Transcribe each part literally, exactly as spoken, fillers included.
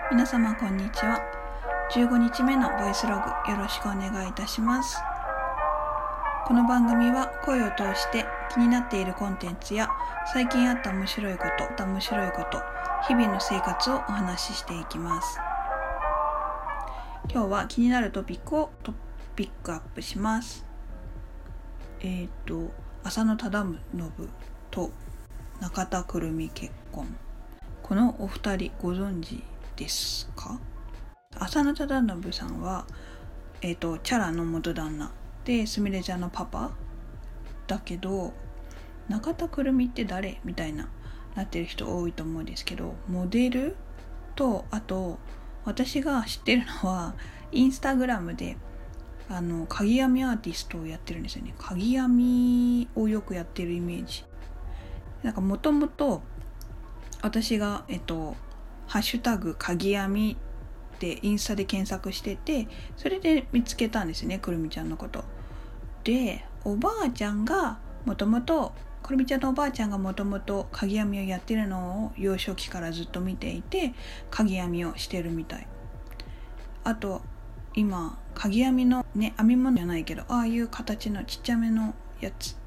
皆様こんにちは。じゅうごにちめのボイスログよろしくお願いいたします。この番組は声を通して気になっているコンテンツや最近あった面白いこと、面白いこと、日々の生活をお話ししていきます。今日は気になるトピックをトピックアップします。えっ、ー、と浅野忠信と中田くるみ結婚。このお二人ご存知ですか？浅野忠信さんは、えーと、チャラの元旦那で、すみれちゃんのパパだけど、中田くるみって誰みたいななってる人多いと思うんですけど、モデルと、あと私が知ってるのはインスタグラムであの鍵編みアーティストをやってるんですよね。鍵編みをよくやってるイメージ。なんかもともと私がえっとハッシュタグ鍵編みでインスタで検索してて、それで見つけたんですね、くるみちゃんのこと。で、おばあちゃんがもともとくるみちゃんのおばあちゃんがもともと鍵編みをやってるのを幼少期からずっと見ていて、鍵編みをしてるみたい。あと今鍵編みのね、編み物じゃないけど、ああいう形のちっちゃめのやつ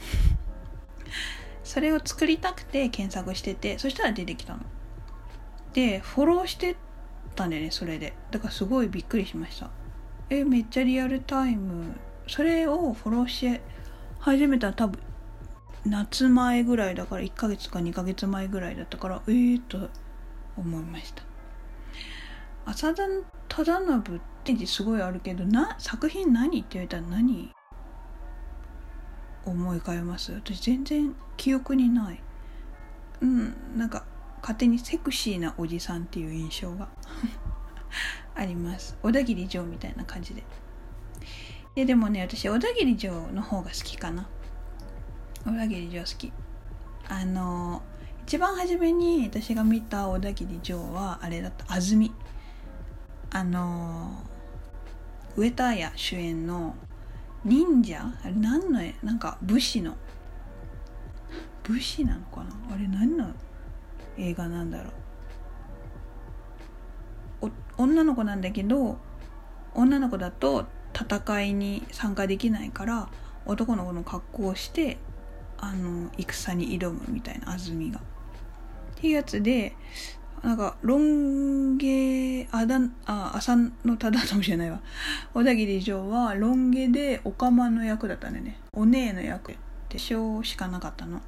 それを作りたくて検索してて、そしたら出てきたので、フォローしてたんでね、それで。だからすごいびっくりしました。え、めっちゃリアルタイム。それをフォローし始めたら多分夏前ぐらいだから、いっかげつかにかげつまえぐらいだったから、えーと思いました。浅田忠信ってすごいあるけど、な作品何って言われたら何思い浮かべます？私全然記憶にない。うん、なんか勝手にセクシーなおじさんっていう印象があります。小田切城みたいな感じで。で、でもね、私小田切城の方が好きかな。小田切城好き。あの一番初めに私が見た小田切城はあれだった。安住。あの上田彩主演の忍者、あれ何の絵、なんか武士の武士なのかな、あれ何の映画なんだろう。お女の子なんだけど、女の子だと戦いに参加できないから男の子の格好をしてあの戦に挑むみたいな、安住がっていうやつで、なんかロン毛あだあ浅野忠信じゃないわ小田切城はロン毛でおかまの役だったんだよね。お姉の役で賞しかなかったの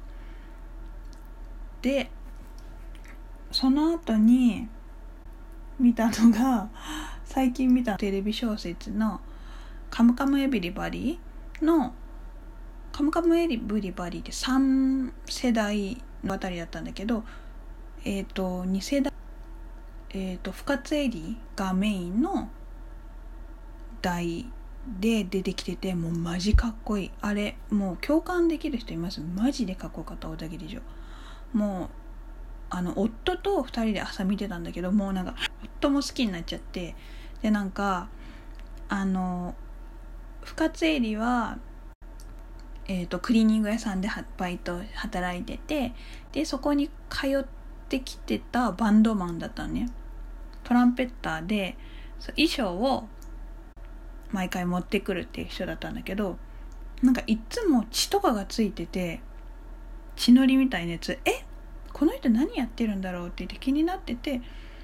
で、その後に見たのが最近見たテレビ小説のカムカムエヴリバディのカムカムエヴリバディってさん世代のあたりだったんだけど、えっとに世代、えっと深津絵里がメインの代で出てきてて、もうマジかっこいい。あれもう共感できる人います？マジでかっこよかった。小田切城もうあの夫とふたりで朝見てたんだけど、もうなんか夫も好きになっちゃって、でなんかあの深津絵里はえーとクリーニング屋さんでバイト働いてて、でそこに通ってきてたバンドマンだったのね。トランペッターで衣装を毎回持ってくるっていう人だったんだけど、なんかいつも血とかがついてて、血のりみたいなやつ、えこの人何やってるんだろうって言って気になってて、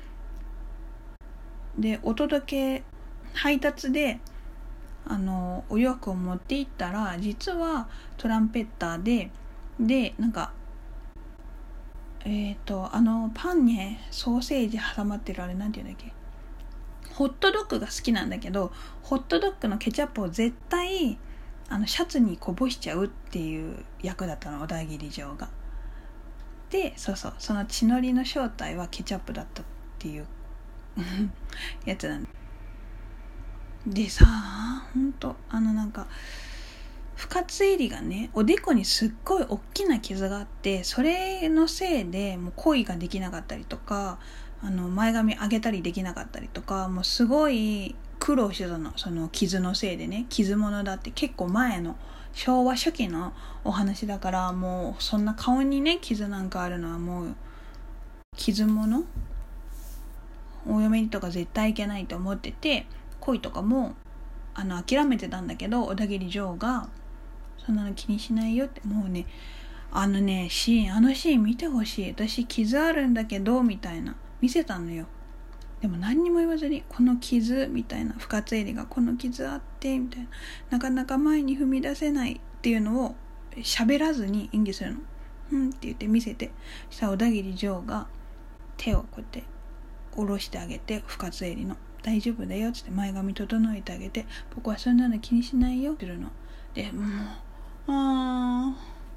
でお届け配達であのお洋服を持って行ったら、実はトランペッターででなんかえっ、ー、とあのパンにソーセージ挟まってるあれなんていうんだっけ、ホットドッグが好きなんだけど、ホットドッグのケチャップを絶対あのシャツにこぼしちゃうっていう役だったの、小田切城が。でそうそう、その血のりの正体はケチャップだったっていうやつなんでさ、ほんとあのなんか深津絵里がね、おでこにすっごい大きな傷があって、それのせいでもう恋ができなかったりとか、あの前髪上げたりできなかったりとか、もうすごい苦労してたの、その傷のせいでね。傷物だって、結構前の昭和初期のお話だから、もうそんな顔にね傷なんかあるのはもう傷物お嫁にとか絶対いけないと思ってて、恋とかもあの諦めてたんだけど、小田切丈がそんなの気にしないよって、もうねあのねシーンあのシーン見てほしい。私傷あるんだけどみたいな見せたのよ。でも何にも言わずに、この傷みたいな、深津絵里がこの傷あってみたいな、なかなか前に踏み出せないっていうのを喋らずに演技するの。うんって言って見せて、そしたら小田切丈が手をこうやって下ろしてあげて、深津絵里の大丈夫だよっつって前髪整えてあげて、僕はそんなの気にしないよって言うので、もうあー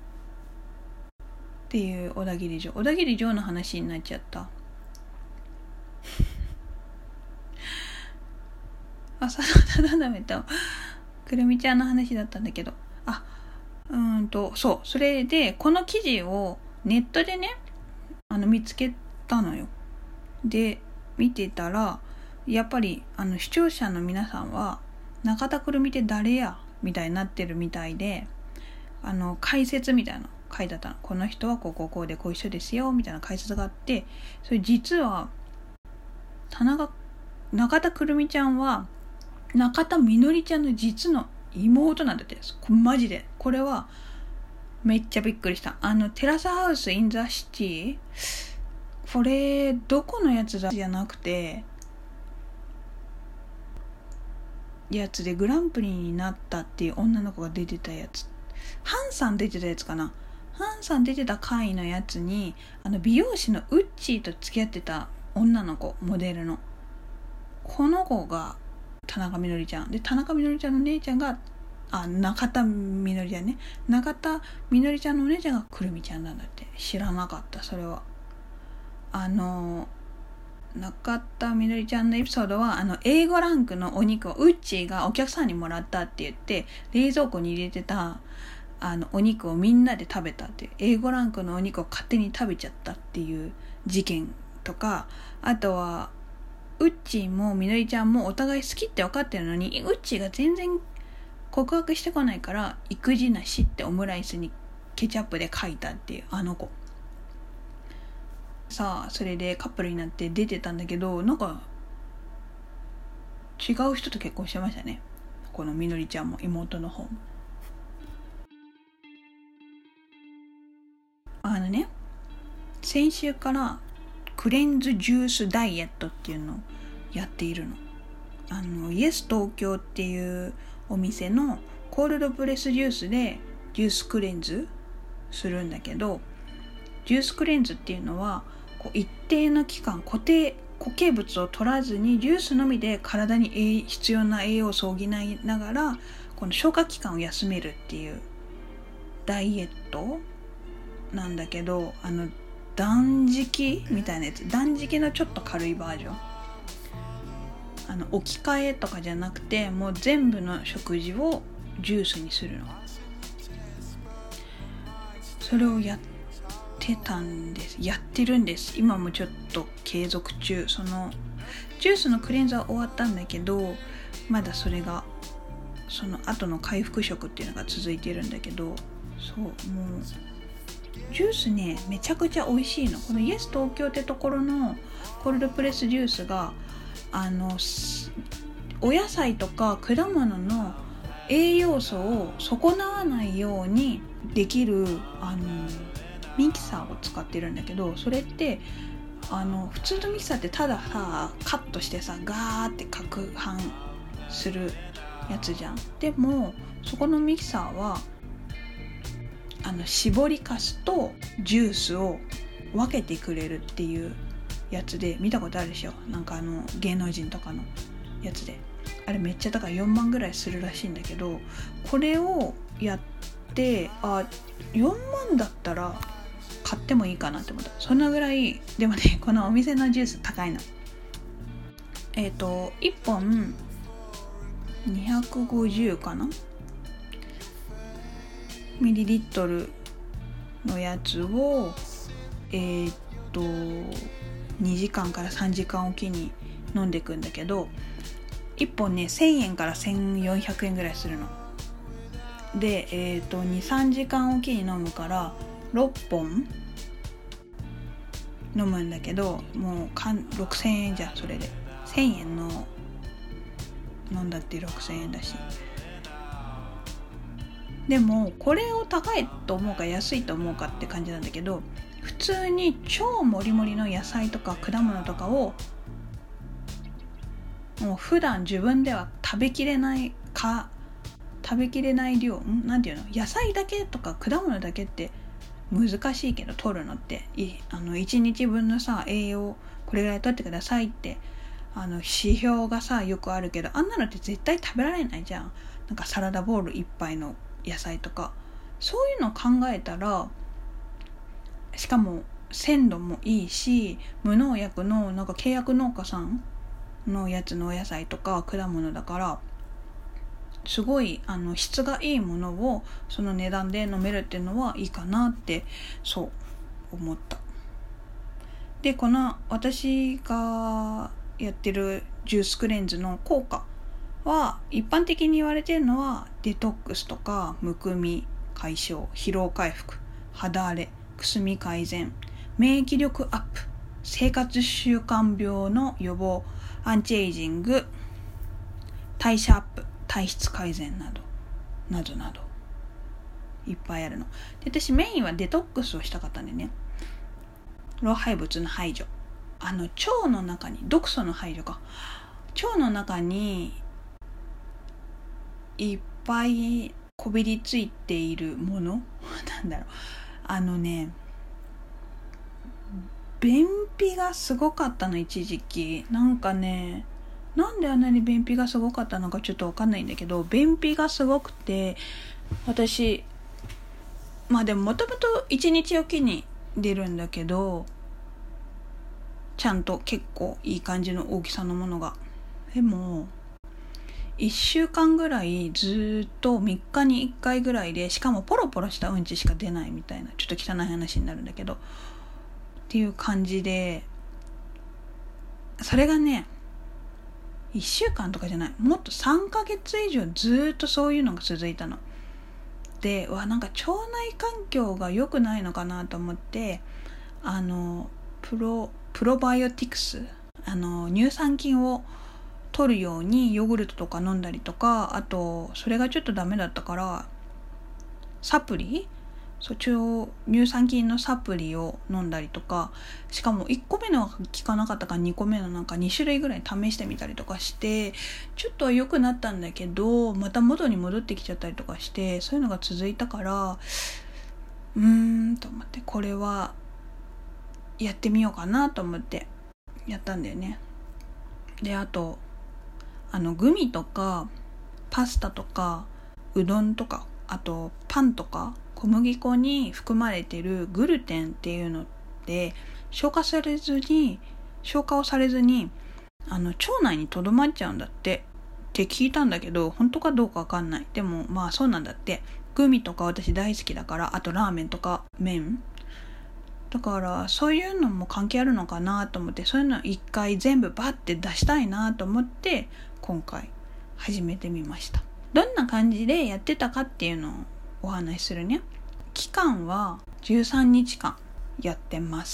っていう小田切丈小田切丈の話になっちゃった浅田忠信とくるみちゃんの話だったんだけど、あうーんとそうそれでこの記事をネットでねあの見つけたのよ。で見てたらやっぱりあの視聴者の皆さんは中田くるみって誰やみたいになってるみたいで、あの解説みたいなの書いてあったの。この人はこうこうこうでこういう人ですよみたいな解説があって、それ実は田中中田くるみちゃんは中田みのりちゃんの実の妹なんだって。マジでこれはめっちゃびっくりした。あのテラスハウスインザシティ、これどこのやつだじゃなくてやつでグランプリになったっていう女の子が出てたやつ、ハンさん出てたやつかな。ハンさん出てた回のやつにあの美容師のウッチーと付き合ってた女の子、モデルのこの子が田中みのりちゃんで、田中みのりちゃんの姉ちゃんがあ中田みのりちゃんね、中田みのりちゃんのお姉ちゃんがくるみちゃんなんだって。知らなかった。それはあの中田みのりちゃんのエピソードはあの エーご ランクのお肉をウッチーがお客さんにもらったって言って冷蔵庫に入れてたあのお肉をみんなで食べたっていう、 エーご ランクのお肉を勝手に食べちゃったっていう事件とか、あとはウッチーもみのりちゃんもお互い好きって分かってるのにウッチーが全然告白してこないから育児なしってオムライスにケチャップで書いたっていう、あの子さあそれでカップルになって出てたんだけど、なんか違う人と結婚してましたね、このみのりちゃんも妹の方も。あのね先週からクレンズジュースダイエットっていうのをやっているの。あのイエス東京っていうお店のコールドプレスジュースでジュースクレンズするんだけど、ジュースクレンズっていうのはこう一定の期間固定固形物を取らずにジュースのみで体に必要な栄養素を補いながらこの消化器官を休めるっていうダイエットなんだけど、あの断食みたいなやつ、断食のちょっと軽いバージョン、あの置き換えとかじゃなくてもう全部の食事をジュースにするの。それをやってたんですやってるんです今もちょっと継続中。そのジュースのクレンザーは終わったんだけど、まだそれがその後の回復食っていうのが続いてるんだけど、そうもうジュースねめちゃくちゃ美味しいの。このイエス東京ってところのコールドプレスジュースがあのお野菜とか果物の栄養素を損なわないようにできるあのミキサーを使ってるんだけど、それってあの普通のミキサーってたださカットしてさガーって攪拌するやつじゃん。でもそこのミキサーはあの搾りかすとジュースを分けてくれるっていうやつで、見たことあるでしょ、なんかあの芸能人とかのやつで、あれめっちゃだからよんまんぐらいするらしいんだけど、これをやってあよんまんだったら買ってもいいかなって思った。そんなぐらいでもね、このお店のジュース高いの。えっといっぽんにひゃくごじゅうかなミリリットルのやつをえっとにじかんからさんじかんおきに飲んでいくんだけど、いっぽんねせんえんからせんよんひゃくえんぐらいするので、えっとにさんじかんおきに飲むからろっぽん飲むんだけど、もうろくせんえんじゃん。それでせんえんの飲んだってろくせんえんだし、でもこれを高いと思うか安いと思うかって感じなんだけど、普通に超もりもりの野菜とか果物とかをもう普段自分では食べきれないか食べきれない量、んなんていうの、野菜だけとか果物だけって難しいけど、取るのっていあのいちにちぶんのさ栄養これぐらい取ってくださいってあの指標がさよくあるけど、あんなのって絶対食べられないじゃん。なんかサラダボウルいっぱいの野菜とか、そういうのを考えたら、しかも鮮度もいいし、無農薬のなんか契約農家さんのやつのお野菜とか果物だから、すごいあの質がいいものをその値段で飲めるっていうのはいいかなってそう思った。で、この私がやってるジュースクレンズの効果は、一般的に言われているのはデトックスとかむくみ解消、疲労回復、肌荒れ、くすみ改善、免疫力アップ、生活習慣病の予防、アンチエイジング、代謝アップ、体質改善などなどなどいっぱいあるので、私メインはデトックスをしたかったんでね、老廃物の排除、あの腸の中に毒素の排除か腸の中にいっぱいこびりついているものなんだろう、あのね便秘がすごかったの一時期。なんかね、なんであんなに便秘がすごかったのかちょっとわかんないんだけど、便秘がすごくて、私まあでももともといちにちおきに出るんだけど、ちゃんと結構いい感じの大きさのものが、でもいっしゅうかんぐらいずっとみっかにいっかいぐらいで、しかもポロポロしたうんちしか出ないみたいな、ちょっと汚い話になるんだけどっていう感じで、それがねいっしゅうかんとかじゃない、もっとさんかげつ以上ずっとそういうのが続いたので、わなんか腸内環境が良くないのかなと思って、あのプロプロバイオティクス、あの乳酸菌を取るようにヨーグルトとか飲んだりとか、あとそれがちょっとダメだったからサプリ、そう腸乳酸菌のサプリを飲んだりとか、しかもいっこめのは効かなかったからにこめのなんかにしゅるいぐらい試してみたりとかして、ちょっとは良くなったんだけど、また元に戻ってきちゃったりとかして、そういうのが続いたから、うーんと思って、これはやってみようかなと思ってやったんだよね。で、あとあのグミとかパスタとかうどんとか、あとパンとか小麦粉に含まれてるグルテンっていうのって消化されずに消化をされずにあの腸内にとどまっちゃうんだってって聞いたんだけど、本当かどうかわかんない。でもまあそうなんだって。グミとか私大好きだから、あとラーメンとか麺だから、そういうのも関係あるのかなと思って、そういうのを一回全部バッて出したいなと思って今回始めてみました。どんな感じでやってたかっていうのをお話しするね。期間はじゅうさんにちかんやってます。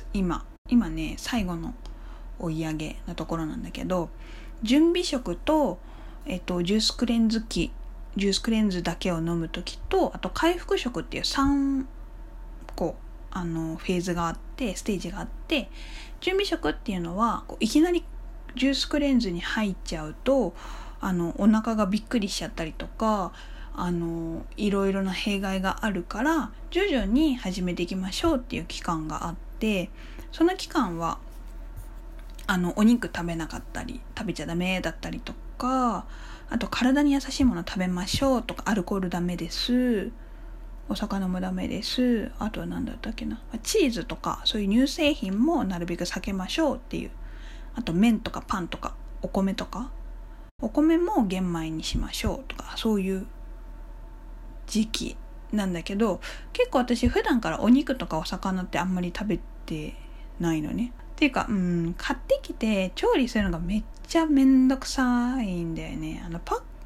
今今ね最後の追い上げのところなんだけど、準備食と、えっと、ジュースクレンズ機ジュースクレンズだけを飲むときと、あと回復食っていうさんこあのフェーズがあって、ステージがあって、準備食っていうのはこういきなりジュースクレンズに入っちゃうとあのお腹がびっくりしちゃったりとか、あのいろいろな弊害があるから、徐々に始めていきましょうっていう期間があって、その期間はあのお肉食べなかったり食べちゃダメだったりとか、あと体に優しいもの食べましょうとか、アルコールダメです、お魚もダメです、あとは何だったっけな、チーズとかそういう乳製品もなるべく避けましょうっていう、あと麺とかパンとかお米とかお米も玄米にしましょうとか、そういう時期なんだけど、結構私普段からお肉とかお魚ってあんまり食べてないのね。っていうか、うん、買ってきて調理するのがめっちゃめんどくさいんだよね。あのパッ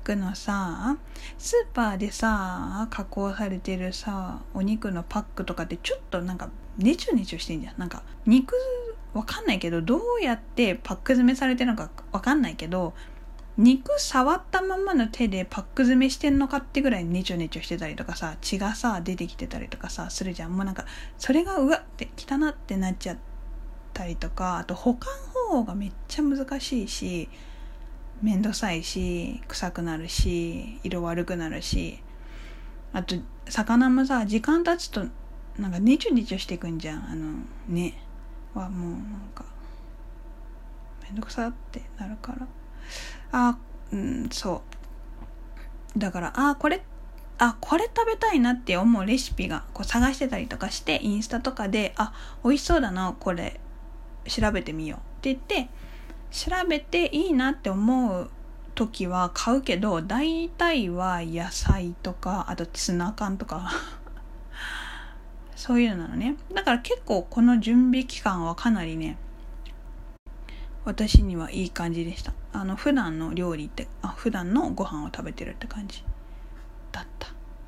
クのさ、スーパーでさ加工されてるさお肉のパックとかってちょっとなんかネチョネチョしてんじゃん。なんか肉わかんないけど、どうやってパック詰めされてるのかわかんないけど、肉触ったままの手でパック詰めしてんのかってぐらいネチョネチョしてたりとかさ、血がさ出てきてたりとかさするじゃん。もうなんかそれがうわって汚ってなっちゃったりとか、あと保管方法がめっちゃ難しいし、めんどくさいし、臭くなるし、色悪くなるし、あと魚もさ時間経つとなんかネチョネチョしてくんじゃん。あのねはもうなんかめんどくさってなるから、あ、うん、そうだから、あこれあこれ食べたいなって思うレシピがこう探してたりとかして、インスタとかであ美味しそうだなこれ調べてみようって言って調べていいなって思う時は買うけど、大体は野菜とかあとツナ缶とかそういうのなのね。だから結構この準備期間はかなりね私にはいい感じでした。あの普段の料理ってあ普段のご飯を食べてるって感じだった。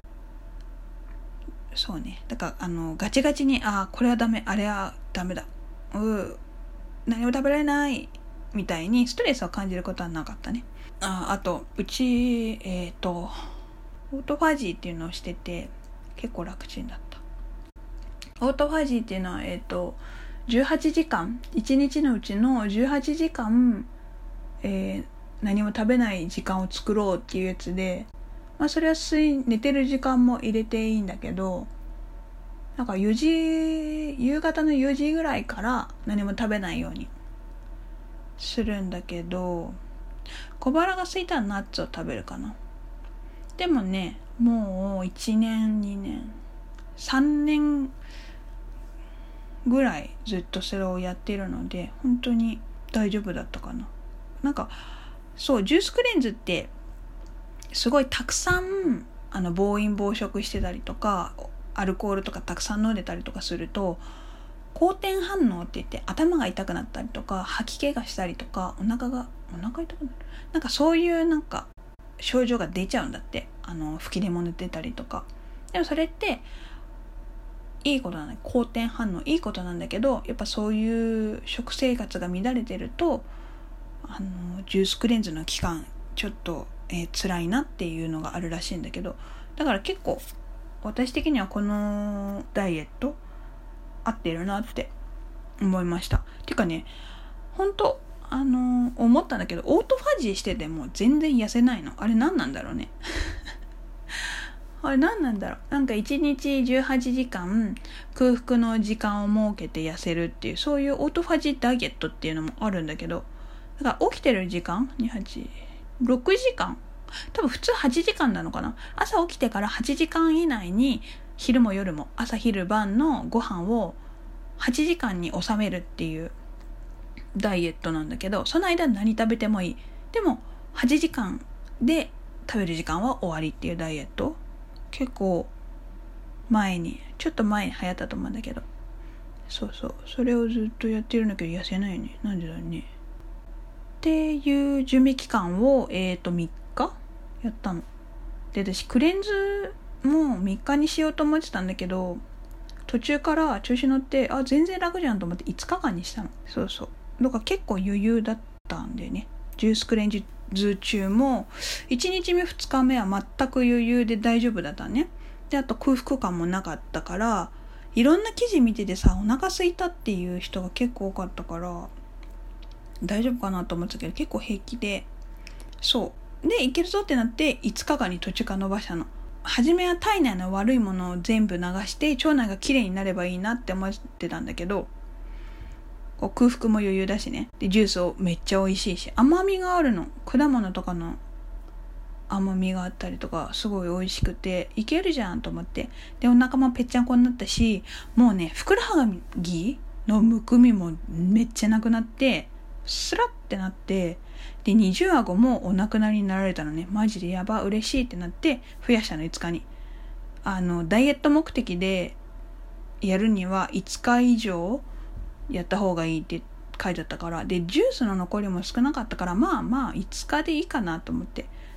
そうね、だからあのガチガチにあこれはダメあれはダメだう何も食べられないみたいにストレスを感じることはなかったね。ああとうちえっ、ー、とオートファジーっていうのをしてて結構楽ちんだった。オートファジーっていうのはえっ、ー、とじゅうはちじかんいちにちのうちのじゅうはちじかん、えー、何も食べない時間を作ろうっていうやつで、まあそれは睡寝てる時間も入れていいんだけど、なんかよじ夕方のよじぐらいから何も食べないようにするんだけど、小腹が空いたらナッツを食べるかな。でもねもういちねんにねんさんねんぐらいずっとそれをやっているので本当に大丈夫だったかな。なんかそうジュースクレンズってすごいたくさんあの暴飲暴食してたりとかアルコールとかたくさん飲んでたりとかすると好転反応って言って頭が痛くなったりとか吐き気がしたりとかお腹がお腹痛くなるなんかそういうなんか症状が出ちゃうんだって。あの吹き出物出たりとか。でもそれっていいことなんだ、好転反応いいことなんだけど、やっぱそういう食生活が乱れてるとあのジュースクレンズの期間ちょっと、えー、辛いなっていうのがあるらしいんだけど、だから結構私的にはこのダイエット合ってるなって思いました。ていうかね本当あのー、思ったんだけどオートファジーしてても全然痩せないの。あれ何なんだろうねあれ何なんだろう。なんかいちにちじゅうはちじかん空腹の時間を設けて痩せるっていうそういうオートファジーダイエットっていうのもあるんだけど、だから起きてる時間にはち、ろくじかん多分普通はちじかんなのかな。朝起きてからはちじかん以内に昼も夜も朝昼晩のご飯をはちじかんに収めるっていうダイエットなんだけど、その間何食べてもいい。でもはちじかんで食べる時間は終わりっていうダイエット結構前にちょっと前に流行ったと思うんだけど、そうそうそれをずっとやってるんだけど痩せないね。なんでだろうねっていう準備期間をえーとみっかやったので、私クレンズもみっかにしようと思ってたんだけど途中から調子乗ってあ全然楽じゃんと思っていつかかんにしたの。そうそうだから結構余裕だったんでね。ジュースクレンズ中もいちにちめふつかめは全く余裕で大丈夫だったね。であと空腹感もなかったから、いろんな記事見ててさお腹空いたっていう人が結構多かったから大丈夫かなと思ってたけど結構平気で、そうでいけるぞってなっていつかかんに途中から伸ばしたの。初めは体内の悪いものを全部流して腸内がきれいになればいいなって思ってたんだけど、こう空腹も余裕だしね。でジュースをめっちゃ美味しいし甘みがあるの。果物とかの甘みがあったりとかすごい美味しくていけるじゃんと思って、でお腹もぺっちゃんこになったし、もうねふくらはぎのむくみもめっちゃなくなってスラッってなって、で二重顎もお亡くなりになられたのね。マジでやば嬉しいってなって増やしたのいつかに。あのダイエット目的でやるにはいつか以上やった方がいいって書いてあったから、でジュースの残りも少なかったからまあまあいつかでいいかなと思って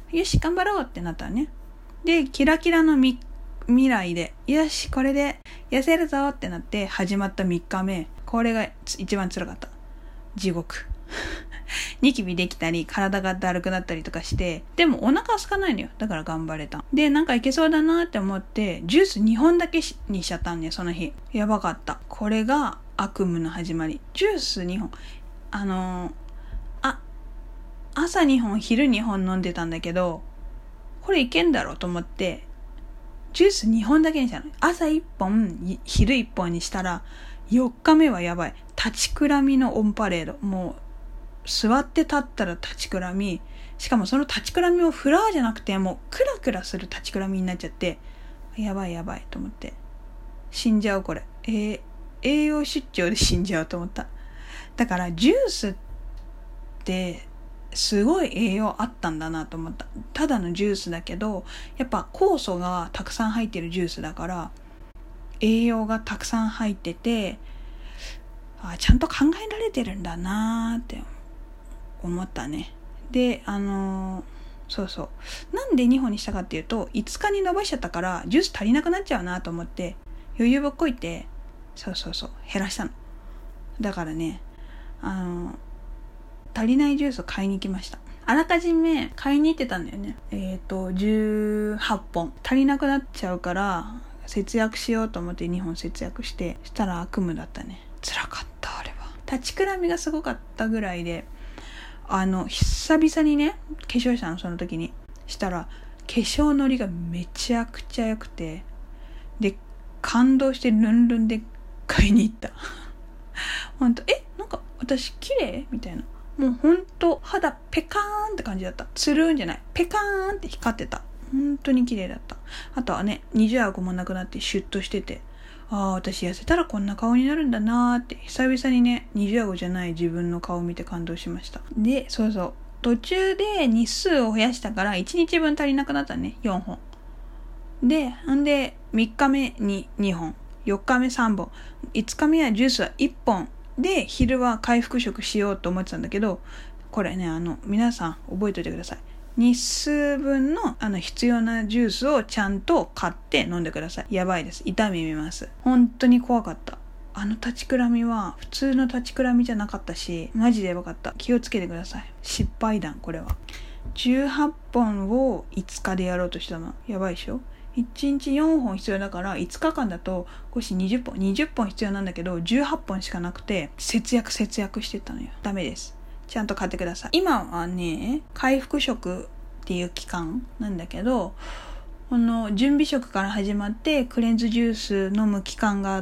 よし頑張ろうってなったのね。でキラキラのみ未来でよしこれで痩せるぞってなって始まったみっかめ、これが一番辛かった。地獄ニキビできたり体がだるくなったりとかして、でもお腹は空かないのよ。だから頑張れた。でなんかいけそうだなって思ってジュースにほんだけにしちゃったんね、その日。やばかった。これが悪夢の始まり。ジュースにほん、あのー、あ朝にほん昼にほん飲んでたんだけど、これいけんだろうと思ってジュースにほんだけにしたの。朝いっぽん昼いっぽんにしたらよっかめはやばい。立ちくらみのオンパレード。もう座って立ったら立ちくらみ、しかもその立ちくらみをフラーじゃなくてもうクラクラする立ちくらみになっちゃって、やばいやばいと思って、死んじゃうこれ、えー、栄養失調で死んじゃうと思った。だからジュースってすごい栄養あったんだなと思った。ただのジュースだけどやっぱ酵素がたくさん入ってるジュースだから栄養がたくさん入ってて、あちゃんと考えられてるんだなって思ったね。であのー、そうそうなんでにほんにしたかっていうと、いつかに伸ばしちゃったからジュース足りなくなっちゃうなと思って余裕ぶっこいて、そうそうそう減らしたの。だからね、あのー、足りないジュースを買いに行きました。あらかじめ買いに行ってたんだよね。えっとじゅうはっぽん足りなくなっちゃうから節約しようと思ってにほん節約して、したら悪夢だったね。辛かった。あれは立ちくらみがすごかったぐらいで、あの久々にね化粧したの。その時にしたら化粧のりがめちゃくちゃ良くて、で感動してルンルンで買いに行ったほんとえなんか私綺麗みたいな、もうほんと肌ペカーンって感じだった。つるんじゃないペカーンって光ってた。本当に綺麗だった。あとはね二重顎もなくなってシュッとしてて、ああ私痩せたらこんな顔になるんだなーって久々にね二重顎じゃない自分の顔を見て感動しました。でそうそう途中で日数を増やしたからいちにちぶん足りなくなったね。よんほんで、んでみっかめににほん、よっかめさんぼん、いつかめはジュースはいっぽんで昼は回復食しようと思ってたんだけど、これねあの皆さん覚えておいてください。日数分のあの必要なジュースをちゃんと買って飲んでください。やばいです。痛み見ます。本当に怖かった。あの立ちくらみは普通の立ちくらみじゃなかったし、マジでやばかった。気をつけてください。失敗談これは。じゅうはっぽんをいつかでやろうとしたの。やばいでしょ。いちにちよんほん必要だからいつかかんだとこしにじゅっぽんにじゅっぽん必要なんだけどじゅうはっぽんしかなくて節約節約してたのよ。ダメです。ちゃんと買ってください。今はね回復食っていう期間なんだけど、この準備食から始まってクレンズジュース飲む期間があって、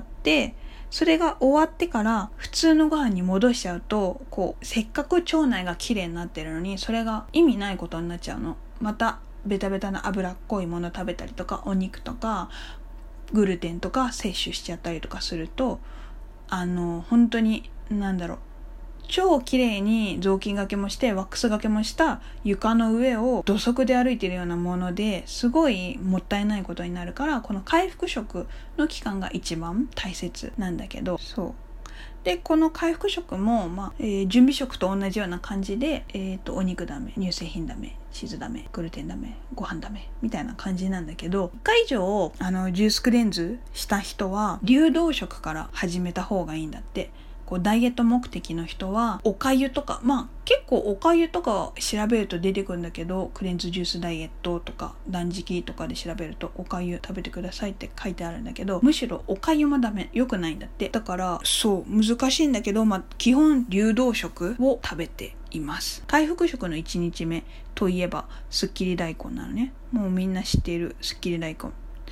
それが終わってから普通のご飯に戻しちゃうとこうせっかく腸内がきれいになってるのにそれが意味ないことになっちゃうの。またベタベタな脂っこいもの食べたりとかお肉とかグルテンとか摂取しちゃったりとかすると、あの本当になんだろう超綺麗に雑巾がけもしてワックスがけもした床の上を土足で歩いているようなものですごいもったいないことになるから、この回復食の期間が一番大切なんだけど、そうでこの回復食も、まあえー、準備食と同じような感じで、えー、とお肉ダメ、乳製品ダメ、チーズダメ、グルテンダメ、ご飯ダメみたいな感じなんだけど、いっかい以上あのジュースクレンズした人は流動食から始めた方がいいんだって。こうダイエット目的の人はおかゆとか、まあ結構おかゆとか調べると出てくるんだけど、クレンズジュースダイエットとか断食とかで調べるとおかゆ食べてくださいって書いてあるんだけど、むしろおかゆもダメ、良くないんだって。だからそう難しいんだけど、まあ基本流動食を食べています。回復食のいちにちめといえばすっきり大根なのね。もうみんな知っているすっきり大根。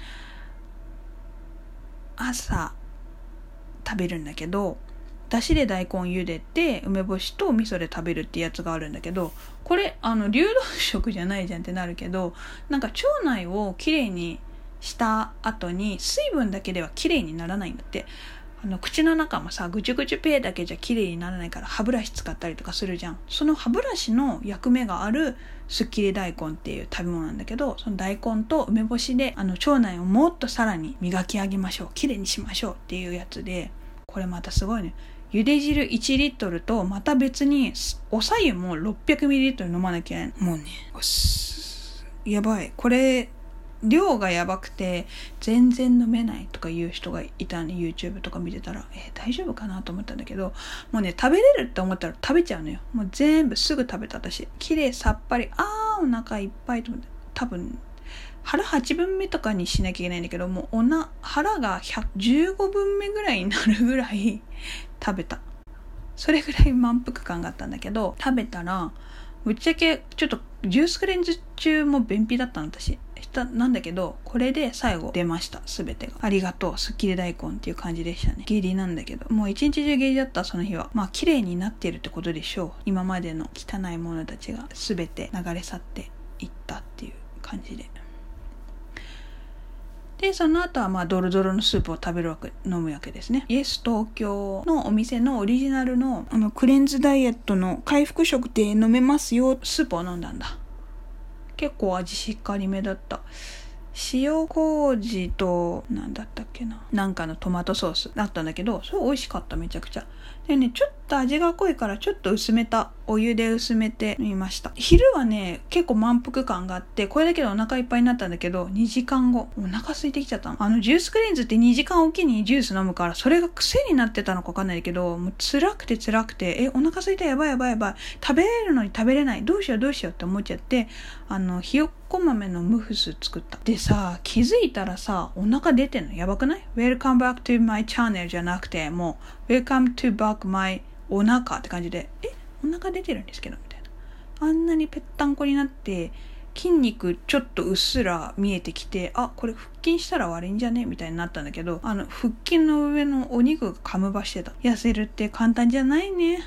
朝食べるんだけど、だしで大根茹でて梅干しと味噌で食べるってやつがあるんだけど、これあの流動食じゃないじゃんってなるけど、なんか腸内をきれいにした後に水分だけではきれいにならないんだって。あの口の中もさぐちゅぐちゅペーだけじゃきれいにならないから歯ブラシ使ったりとかするじゃん。その歯ブラシの役目があるすっきり大根っていう食べ物なんだけど、その大根と梅干しであの腸内をもっとさらに磨き上げましょう、きれいにしましょうっていうやつで、これまたすごいね。茹で汁いちリットルとまた別にお白湯もろっぴゃくミリリットル飲まなきゃいけない。もうねやばい、これ量がやばくて全然飲めないとかいう人がいたね。 YouTube とか見てたらえー、大丈夫かなと思ったんだけど、もうね食べれるって思ったら食べちゃうのよ。もう全部すぐ食べた。私綺麗さっぱり、あーお腹いっぱいと思って、多分腹はちぶんめとかにしなきゃいけないんだけど、もうおな腹がじゅうごぶんめぐらいになるぐらい食べた。それぐらい満腹感があったんだけど、食べたらぶっちゃけちょっとジュースクレンズ中も便秘だったの私なんだけど、これで最後出ました。すべてがありがとうすっきり大根っていう感じでしたね。下痢なんだけど、もう一日中下痢だった。その日はまあ綺麗になっているってことでしょう。今までの汚いものたちがすべて流れ去っていったっていう感じで、でその後はまあドロドロのスープを食べるわけ、飲むわけですね。イエス東京のお店のオリジナルのあのクレンズダイエットの回復食で飲めますよスープを飲んだんだ。結構味しっかりめだった。塩麹となんだったっけな、なんかのトマトソースだったんだけど、それ美味しかった。めちゃくちゃでね、ちょっと味が濃いからちょっと薄めたお湯で薄めてみました。昼はね結構満腹感があって、これだけでお腹いっぱいになったんだけど、にじかんごお腹空いてきちゃったの。あのジュースクレンズってにじかんおきにジュース飲むから、それが癖になってたのか分かんないけど、もう辛くて辛くて、えお腹空いた、やばいやばいやばい、食べれるのに食べれない、どうしようどうしようって思っちゃって、あのひよっこ豆のムフス作った。でさ、気づいたらさお腹出てんの。やばくない？ Welcome back to my channel じゃなくて、もう Welcome to back my お腹って感じで、えお腹出てるんですけどみたいな。あんなにぺったんこになって筋肉ちょっとうっすら見えてきて、あこれ腹筋したら悪いんじゃねみたいになったんだけど、あの腹筋の上のお肉がカムバしてた。痩せるって簡単じゃないね。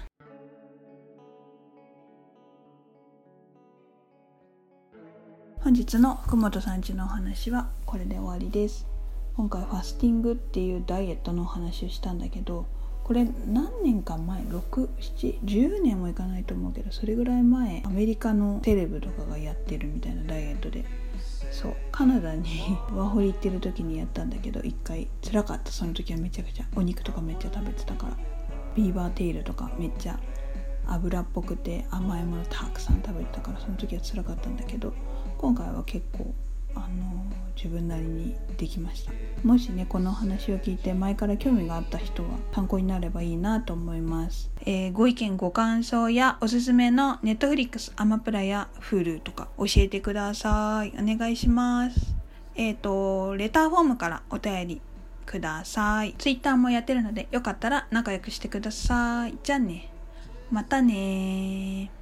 本日の福本さんちのお話はこれで終わりです。今回ファスティングっていうダイエットのお話をしたんだけど、これ何年か前、ろく、なな、じゅうねんもいかないと思うけど、それぐらい前アメリカのテレビとかがやってるみたいなダイエットで、そうカナダにワーホリ行ってる時にやったんだけど、一回辛かった。その時はめちゃくちゃお肉とかめっちゃ食べてたから、ビーバーテールとかめっちゃ油っぽくて甘いものたくさん食べてたから、その時は辛かったんだけど、今回は結構あの自分なりにできました。もしねこの話を聞いて前から興味があった人は参考になればいいなと思います。えー、ご意見ご感想やおすすめの Netflix、アマプラや Hulu とか教えてください。お願いします。えっとレターフォームからお便りください。Twitter もやってるのでよかったら仲良くしてください。じゃあね、またね。